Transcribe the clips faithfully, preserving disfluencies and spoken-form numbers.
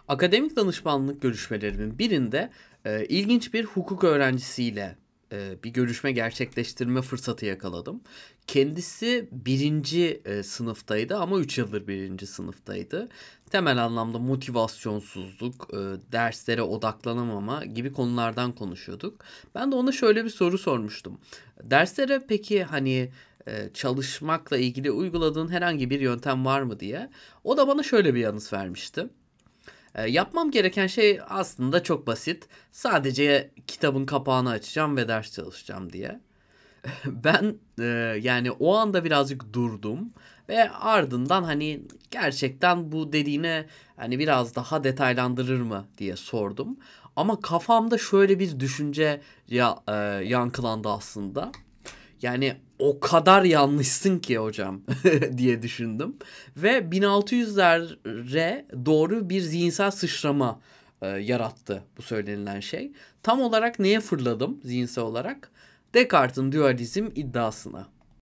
Akademik danışmanlık görüşmelerimin birinde e, ilginç bir hukuk öğrencisiyle e, bir görüşme gerçekleştirme fırsatı yakaladım. Kendisi birinci e, sınıftaydı ama üç yıldır birinci sınıftaydı. Temel anlamda motivasyonsuzluk, e, derslere odaklanamama gibi konulardan konuşuyorduk. Ben de ona şöyle bir soru sormuştum. Derslere peki hani e, çalışmakla ilgili uyguladığın herhangi bir yöntem var mı diye. O da bana şöyle bir yanıt vermişti. E, yapmam gereken şey aslında çok basit. Sadece kitabın kapağını açacağım ve ders çalışacağım diye. Ben e, yani o anda birazcık durdum ve ardından hani gerçekten bu dediğine hani biraz daha detaylandırır mı diye sordum. Ama kafamda şöyle bir düşünce ya e, yankılandı aslında. Yani o kadar yanlışsın ki hocam diye düşündüm. Ve bin altı yüzlere doğru bir zihinsel sıçrama e, yarattı bu söylenilen şey. Tam olarak neye fırladım zihinsel olarak? Descartes'in dualizm iddiasına.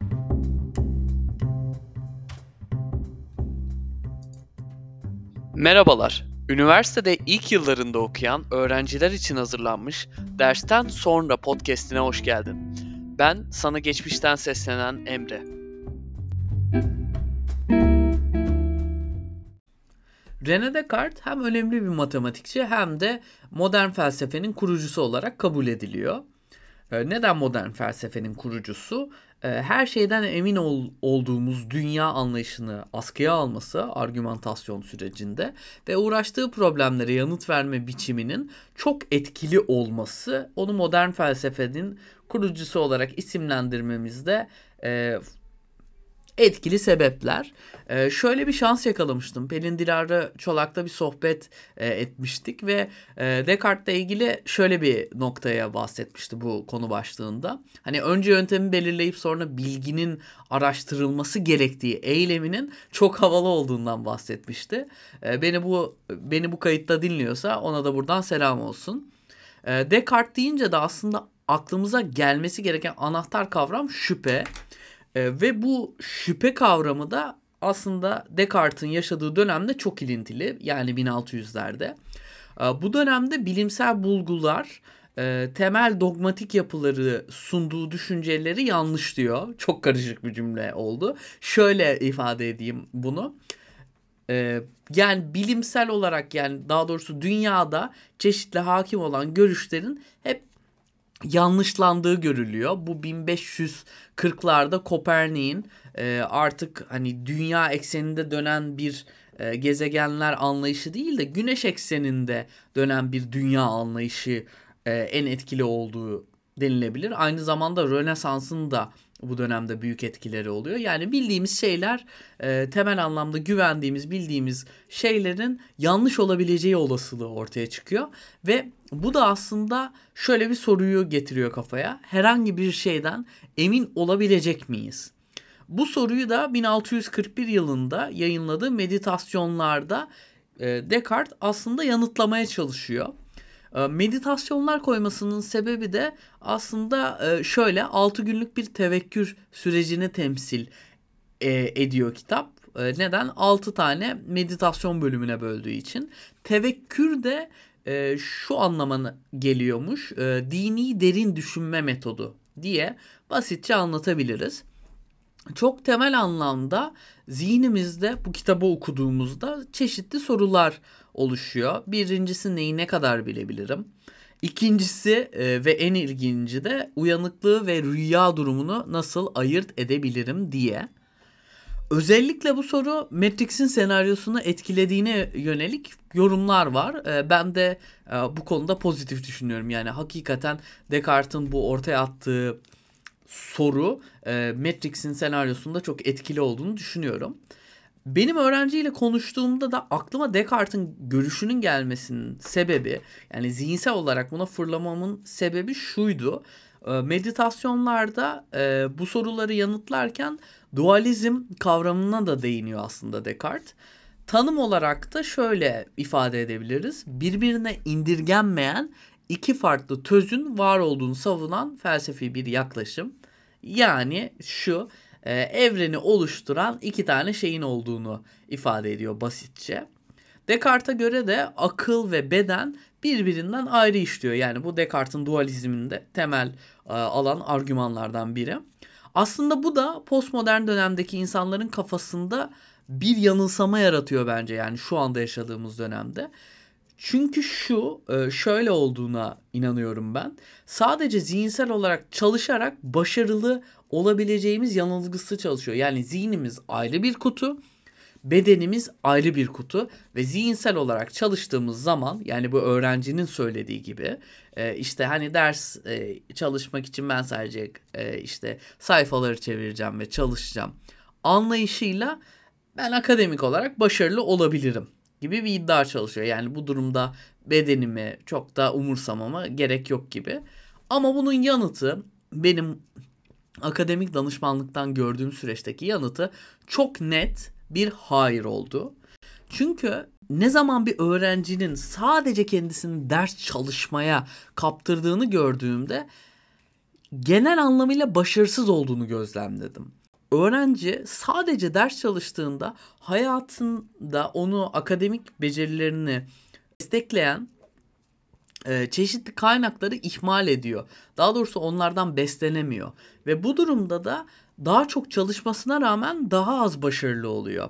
Merhabalar. Üniversitede ilk yıllarında okuyan öğrenciler için hazırlanmış Dersten Sonra podcast'ine hoş geldin. Ben sana geçmişten seslenen Emre. René Descartes hem önemli bir matematikçi hem de modern felsefenin kurucusu olarak kabul ediliyor. Neden modern felsefenin kurucusu? Her şeyden emin ol, olduğumuz dünya anlayışını askıya alması argümantasyon sürecinde ve uğraştığı problemlere yanıt verme biçiminin çok etkili olması onu modern felsefenin kurucusu olarak isimlendirmemizde e, etkili sebepler. Ee, şöyle bir şans yakalamıştım. Pelin Dilara Çolak'ta bir sohbet e, etmiştik ve e, Descartes'le ilgili şöyle bir noktaya bahsetmişti bu konu başlığında. Hani önce yöntemi belirleyip sonra bilginin araştırılması gerektiği eyleminin çok havalı olduğundan bahsetmişti. E, beni bu beni bu kayıtta dinliyorsa ona da buradan selam olsun. E, Descartes deyince de aslında aklımıza gelmesi gereken anahtar kavram şüphe. E, ve bu şüphe kavramı da aslında Descartes'in yaşadığı dönemde çok ilintili. Yani bin altı yüzlerde. E, bu dönemde bilimsel bulgular e, temel dogmatik yapıları sunduğu düşünceleri yanlışlıyor. Çok karışık bir cümle oldu. Şöyle ifade edeyim bunu. E, yani bilimsel olarak yani daha doğrusu dünyada çeşitli hakim olan görüşlerin hep yanlışlandığı görülüyor. Bu bin beş yüz kırklarda Kopernik'in e, artık hani dünya ekseninde dönen bir e, gezegenler anlayışı değil de güneş ekseninde dönen bir dünya anlayışı e, en etkili olduğu denilebilir. Aynı zamanda Rönesans'ın da bu dönemde büyük etkileri oluyor. Yani bildiğimiz şeyler e, temel anlamda güvendiğimiz, bildiğimiz şeylerin yanlış olabileceği olasılığı ortaya çıkıyor. Ve bu da aslında şöyle bir soruyu getiriyor kafaya. Herhangi bir şeyden emin olabilecek miyiz? Bu soruyu da bin altı yüz kırk bir yılında yayınladığı meditasyonlarda e, Descartes aslında yanıtlamaya çalışıyor. E, meditasyonlar koymasının sebebi de aslında e, şöyle altı günlük bir tevekkür sürecini temsil e, ediyor kitap. E, neden? altı tane meditasyon bölümüne böldüğü için. Tevekkür de e, şu anlamına geliyormuş. E, dini derin düşünme metodu diye basitçe anlatabiliriz. Çok temel anlamda zihnimizde bu kitabı okuduğumuzda çeşitli sorular oluşuyor. Birincisi neyi ne kadar bilebilirim? İkincisi e, ve en ilginci de uyanıklığı ve rüya durumunu nasıl ayırt edebilirim diye. Özellikle bu soru Matrix'in senaryosunu etkilediğine yönelik yorumlar var. Ee, ben de e, bu konuda pozitif düşünüyorum. Yani hakikaten Descartes'in bu ortaya attığı soru e, Matrix'in senaryosunda çok etkili olduğunu düşünüyorum. Benim öğrenciyle konuştuğumda da aklıma Descartes'in görüşünün gelmesinin sebebi, yani zihinsel olarak buna fırlamamın sebebi şuydu. Meditasyonlarda e, bu soruları yanıtlarken dualizm kavramına da değiniyor aslında Descartes. Tanım olarak da şöyle ifade edebiliriz. Birbirine indirgenmeyen iki farklı tözün var olduğunu savunan felsefi bir yaklaşım. Yani şu, e, evreni oluşturan iki tane şeyin olduğunu ifade ediyor basitçe. Descartes'e göre de akıl ve beden birbirinden ayrı işliyor. Yani bu Descartes'in dualizminde temel e, alan argümanlardan biri. Aslında bu da postmodern dönemdeki insanların kafasında bir yanılsama yaratıyor bence, yani şu anda yaşadığımız dönemde. Çünkü şu e, şöyle olduğuna inanıyorum ben. Sadece zihinsel olarak çalışarak başarılı olabileceğimiz yanılgısı çalışıyor. Yani zihnimiz ayrı bir kutu, bedenimiz ayrı bir kutu ve zihinsel olarak çalıştığımız zaman, yani bu öğrencinin söylediği gibi e, işte hani ders e, çalışmak için ben sadece e, işte sayfaları çevireceğim ve çalışacağım anlayışıyla ben akademik olarak başarılı olabilirim gibi bir iddia çalışıyor. Yani bu durumda bedenimi çok da umursamama gerek yok gibi. Ama bunun yanıtı, benim akademik danışmanlıktan gördüğüm süreçteki yanıtı çok net bir hayır oldu. Çünkü ne zaman bir öğrencinin sadece kendisini ders çalışmaya kaptırdığını gördüğümde genel anlamıyla başarısız olduğunu gözlemledim. Öğrenci sadece ders çalıştığında hayatında onu akademik becerilerini destekleyen e, çeşitli kaynakları ihmal ediyor. Daha doğrusu onlardan beslenemiyor. Ve bu durumda da daha çok çalışmasına rağmen daha az başarılı oluyor.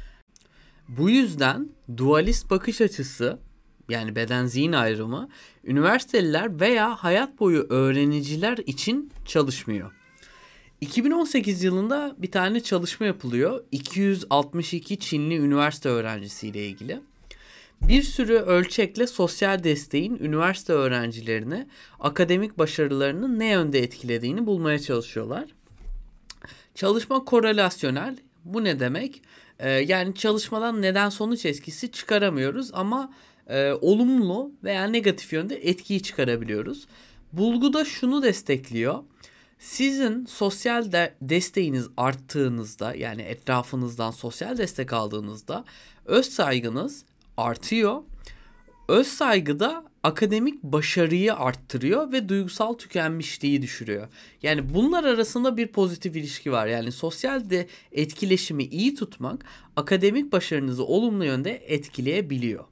Bu yüzden dualist bakış açısı, yani beden zihin ayrımı, üniversiteliler veya hayat boyu öğreniciler için çalışmıyor. iki bin on sekiz yılında bir tane çalışma yapılıyor. iki yüz altmış iki Çinli üniversite öğrencisiyle ilgili. Bir sürü ölçekle sosyal desteğin üniversite öğrencilerini akademik başarılarını ne yönde etkilediğini bulmaya çalışıyorlar. Çalışma korelasyonel. Bu ne demek? Ee, yani çalışmadan neden sonuç etkisi çıkaramıyoruz ama e, olumlu veya negatif yönde etkiyi çıkarabiliyoruz. Bulgu da şunu destekliyor. Sizin sosyal de- desteğiniz arttığınızda, yani etrafınızdan sosyal destek aldığınızda öz saygınız artıyor. Öz saygı da akademik başarıyı arttırıyor ve duygusal tükenmişliği düşürüyor. Yani bunlar arasında bir pozitif ilişki var. Yani sosyal de etkileşimi iyi tutmak akademik başarınızı olumlu yönde etkileyebiliyor.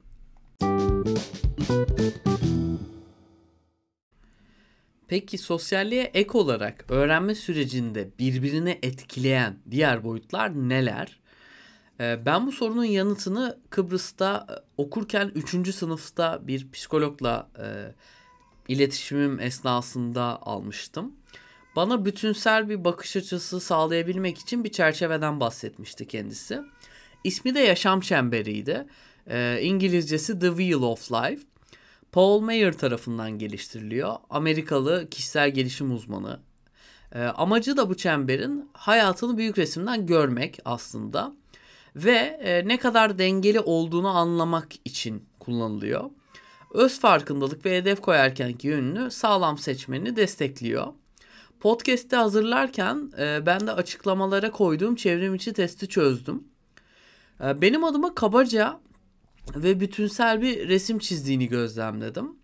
Peki sosyalliğe ek olarak öğrenme sürecinde birbirini etkileyen diğer boyutlar neler? Ee, Ben bu sorunun yanıtını Kıbrıs'ta e, okurken üçüncü sınıfta bir psikologla e, iletişimim esnasında almıştım. Bana bütünsel bir bakış açısı sağlayabilmek için bir çerçeveden bahsetmişti kendisi. İsmi de yaşam çemberiydi. Ee, İngilizcesi The Wheel of Life. Paul Meyer tarafından geliştiriliyor. Amerikalı kişisel gelişim uzmanı. Ee, amacı da bu çemberin hayatını büyük resimden görmek aslında. Ve e, ne kadar dengeli olduğunu anlamak için kullanılıyor. Öz farkındalık ve hedef koyarkenki yönünü sağlam seçmeni destekliyor. Podcast'te hazırlarken e, ben de açıklamalara koyduğum çevrim içi testi çözdüm. E, benim adıma kabaca ve bütünsel bir resim çizdiğini gözlemledim.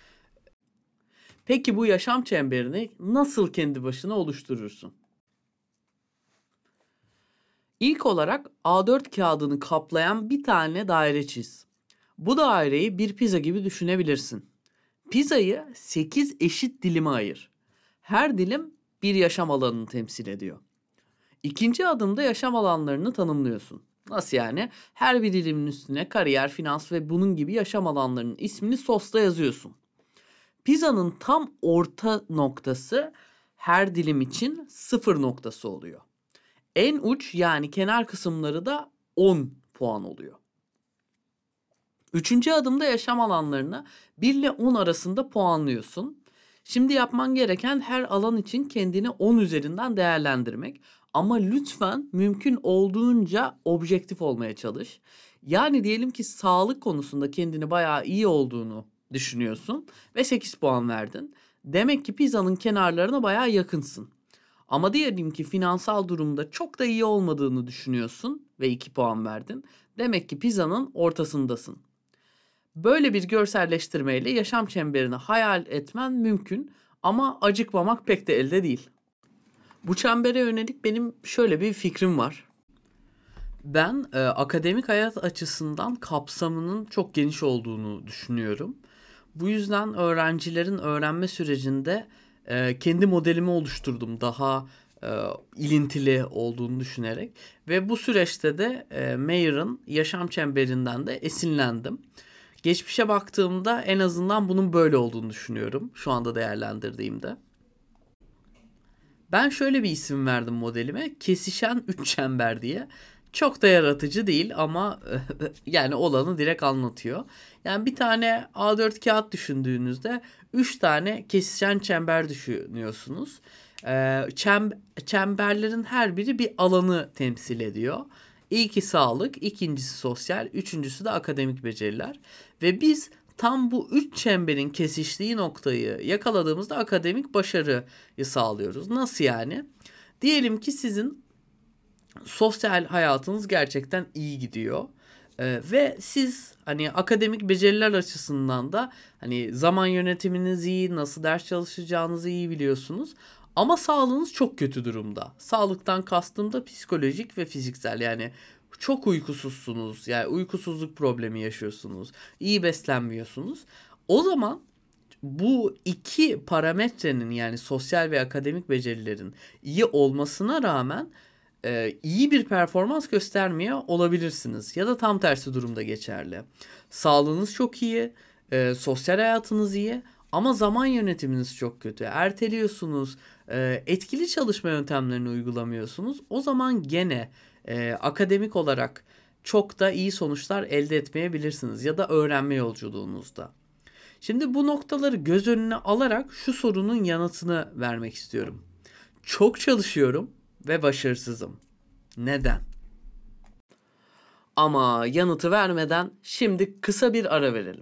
Peki bu yaşam çemberini nasıl kendi başına oluşturursun? İlk olarak A dört kağıdını kaplayan bir tane daire çiz. Bu daireyi bir pizza gibi düşünebilirsin. Pizzayı sekiz eşit dilime ayır. Her dilim bir yaşam alanını temsil ediyor. İkinci adımda yaşam alanlarını tanımlıyorsun. Nasıl yani? Her bir dilimin üstüne kariyer, finans ve bunun gibi yaşam alanlarının ismini sosta yazıyorsun. Pizzanın tam orta noktası her dilim için sıfır noktası oluyor. En uç, yani kenar kısımları da on puan oluyor. Üçüncü adımda yaşam alanlarını bir ile on arasında puanlıyorsun. Şimdi yapman gereken her alan için kendini on üzerinden değerlendirmek. Ama lütfen mümkün olduğunca objektif olmaya çalış. Yani diyelim ki sağlık konusunda kendini bayağı iyi olduğunu düşünüyorsun ve sekiz puan verdin. Demek ki pizzanın kenarlarına bayağı yakınsın. Ama diyelim ki finansal durumda çok da iyi olmadığını düşünüyorsun ve iki puan verdin. Demek ki pizzanın ortasındasın. Böyle bir görselleştirmeyle yaşam çemberini hayal etmen mümkün ama acıkmamak pek de elde değil. Bu çembere yönelik benim şöyle bir fikrim var. Ben e, akademik hayat açısından kapsamının çok geniş olduğunu düşünüyorum. Bu yüzden öğrencilerin öğrenme sürecinde e, kendi modelimi oluşturdum daha e, ilintili olduğunu düşünerek. Ve bu süreçte de e, Mayer'ın yaşam çemberinden de esinlendim. Geçmişe baktığımda en azından bunun böyle olduğunu düşünüyorum şu anda değerlendirdiğimde. Ben şöyle bir isim verdim modelime. Kesişen üç çember diye. Çok da yaratıcı değil ama yani olanı direkt anlatıyor. Yani bir tane A dört kağıt düşündüğünüzde üç tane kesişen çember düşünüyorsunuz. Ee, çem- çemberlerin her biri bir alanı temsil ediyor. İlki sağlık, ikincisi sosyal, üçüncüsü de akademik beceriler. Ve biz tam bu üç çemberin kesiştiği noktayı yakaladığımızda akademik başarıyı sağlıyoruz. Nasıl yani? Diyelim ki sizin sosyal hayatınız gerçekten iyi gidiyor. Ee, ve siz hani akademik beceriler açısından da hani zaman yönetiminiz iyi, nasıl ders çalışacağınızı iyi biliyorsunuz. Ama sağlığınız çok kötü durumda. Sağlıktan kastım da psikolojik ve fiziksel, yani çok uykusuzsunuz. Yani uykusuzluk problemi yaşıyorsunuz. İyi beslenmiyorsunuz. O zaman bu iki parametrenin, yani sosyal ve akademik becerilerin iyi olmasına rağmen e, iyi bir performans göstermiyor olabilirsiniz. Ya da tam tersi durumda geçerli. Sağlığınız çok iyi, e, sosyal hayatınız iyi ama zaman yönetiminiz çok kötü. Erteliyorsunuz, e, etkili çalışma yöntemlerini uygulamıyorsunuz. O zaman gene e, akademik olarak çok da iyi sonuçlar elde etmeyebilirsiniz ya da öğrenme yolculuğunuzda. Şimdi bu noktaları göz önüne alarak şu sorunun yanıtını vermek istiyorum. Çok çalışıyorum ve başarısızım. Neden? Ama yanıtı vermeden şimdi kısa bir ara verelim.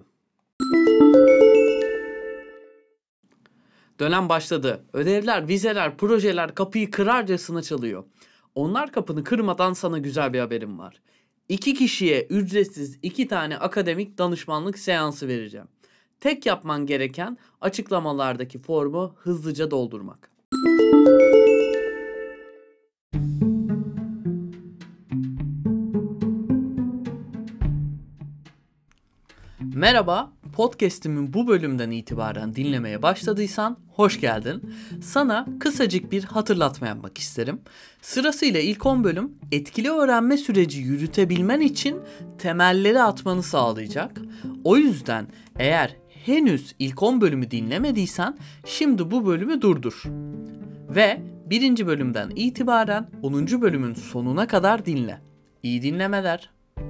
Dönem başladı. Ödevler, vizeler, projeler kapıyı kırarcasına çalıyor. Onlar kapını kırmadan sana güzel bir haberim var. İki kişiye ücretsiz iki tane akademik danışmanlık seansı vereceğim. Tek yapman gereken açıklamalardaki formu hızlıca doldurmak. Merhaba, podcast'imin bu bölümden itibaren dinlemeye başladıysan hoş geldin. Sana kısacık bir hatırlatma yapmak isterim. Sırasıyla ilk on bölüm etkili öğrenme süreci yürütebilmen için temelleri atmanı sağlayacak. O yüzden eğer henüz ilk on bölümü dinlemediysen şimdi bu bölümü durdur. Ve birinci bölümden itibaren onuncu bölümün sonuna kadar dinle. İyi dinlemeler.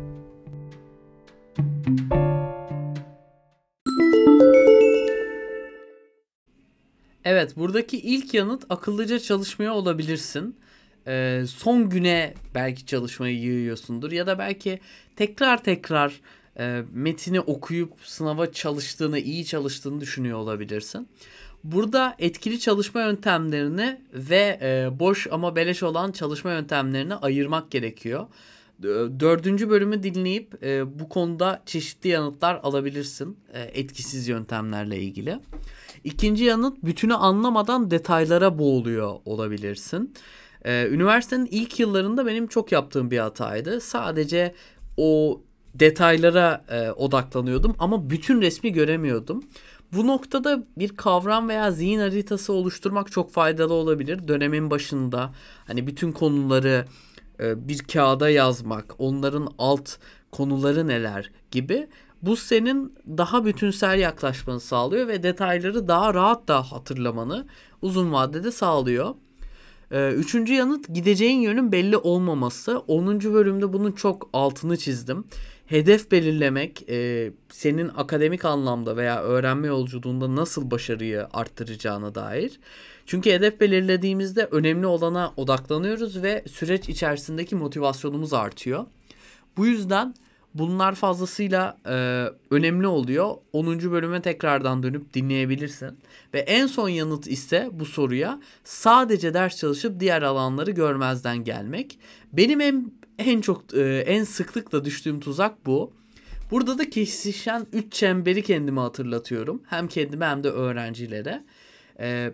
Evet, buradaki ilk yanıt akıllıca çalışmıyor olabilirsin. Ee, son güne belki çalışmayı yığıyorsundur ya da belki tekrar tekrar e, metini okuyup sınava çalıştığını, iyi çalıştığını düşünüyor olabilirsin. Burada etkili çalışma yöntemlerini ve e, boş ama beleş olan çalışma yöntemlerini ayırmak gerekiyor. Dördüncü bölümü dinleyip e, bu konuda çeşitli yanıtlar alabilirsin e, etkisiz yöntemlerle ilgili. İkinci yanıt, bütünü anlamadan detaylara boğuluyor olabilirsin. Ee, üniversitenin ilk yıllarında benim çok yaptığım bir hataydı. Sadece o detaylara e, odaklanıyordum ama bütün resmi göremiyordum. Bu noktada bir kavram veya zihin haritası oluşturmak çok faydalı olabilir. Dönemin başında hani bütün konuları e, bir kağıda yazmak, onların alt konuları neler gibi. Bu senin daha bütünsel yaklaşmanı sağlıyor ve detayları daha rahat da hatırlamanı uzun vadede sağlıyor. Ee, üçüncü yanıt, gideceğin yönün belli olmaması. onuncu bölümde bunun çok altını çizdim. Hedef belirlemek e, senin akademik anlamda veya öğrenme yolculuğunda nasıl başarıyı arttıracağına dair. Çünkü hedef belirlediğimizde önemli olana odaklanıyoruz ve süreç içerisindeki motivasyonumuz artıyor. Bu yüzden bunlar fazlasıyla e, önemli oluyor. onuncu bölüme tekrardan dönüp dinleyebilirsin. Ve en son yanıt ise bu soruya sadece ders çalışıp diğer alanları görmezden gelmek. Benim en en çok e, en sıklıkla düştüğüm tuzak bu. Burada da kesişen üç çemberi kendime hatırlatıyorum. Hem kendime hem de öğrencilere. E,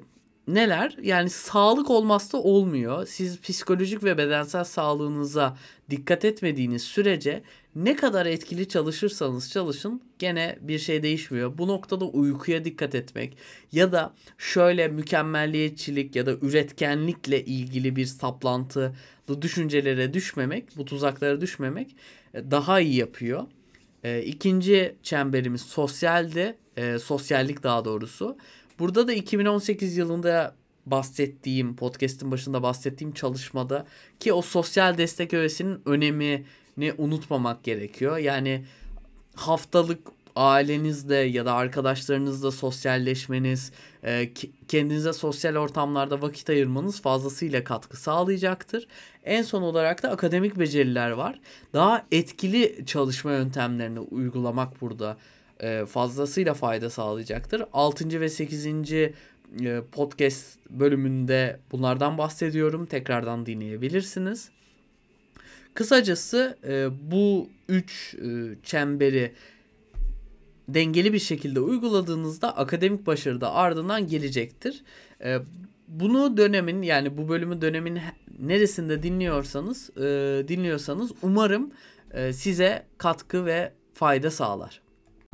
neler? Yani sağlık olmazsa olmuyor. Siz psikolojik ve bedensel sağlığınıza dikkat etmediğiniz sürece ne kadar etkili çalışırsanız çalışın gene bir şey değişmiyor. Bu noktada uykuya dikkat etmek ya da şöyle mükemmelliyetçilik ya da üretkenlikle ilgili bir saplantılı düşüncelere düşmemek, bu tuzaklara düşmemek daha iyi yapıyor. E, ikinci çemberimiz sosyaldi, e, sosyallik daha doğrusu. Burada da iki bin on sekiz yılında bahsettiğim, podcast'in başında bahsettiğim çalışmada ki o sosyal destek öğesinin önemini unutmamak gerekiyor. Yani haftalık ailenizle ya da arkadaşlarınızla sosyalleşmeniz, e, kendinize sosyal ortamlarda vakit ayırmanız fazlasıyla katkı sağlayacaktır. En son olarak da akademik beceriler var. Daha etkili çalışma yöntemlerini uygulamak burada e, fazlasıyla fayda sağlayacaktır. altıncı ve sekizinci e, podcast bölümünde bunlardan bahsediyorum. Tekrardan dinleyebilirsiniz. Kısacası e, bu üç e, çemberi dengeli bir şekilde uyguladığınızda akademik başarı da ardından gelecektir. E, bunu dönemin yani bu bölümü dönemin neresinde dinliyorsanız e, dinliyorsanız umarım e, size katkı ve fayda sağlar.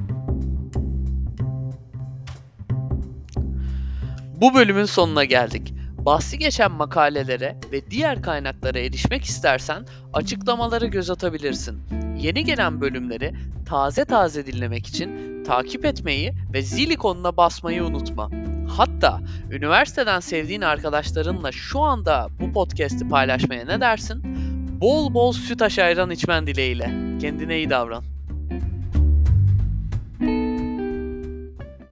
Bu bölümün sonuna geldik. Bahsi geçen makalelere ve diğer kaynaklara erişmek istersen açıklamalara göz atabilirsin. Yeni gelen bölümleri taze taze dinlemek için takip etmeyi ve zil ikonuna basmayı unutma. Hatta üniversiteden sevdiğin arkadaşlarınla şu anda bu podcast'i paylaşmaya ne dersin? Bol bol sütaş ayran içmen dileğiyle. Kendine iyi davran.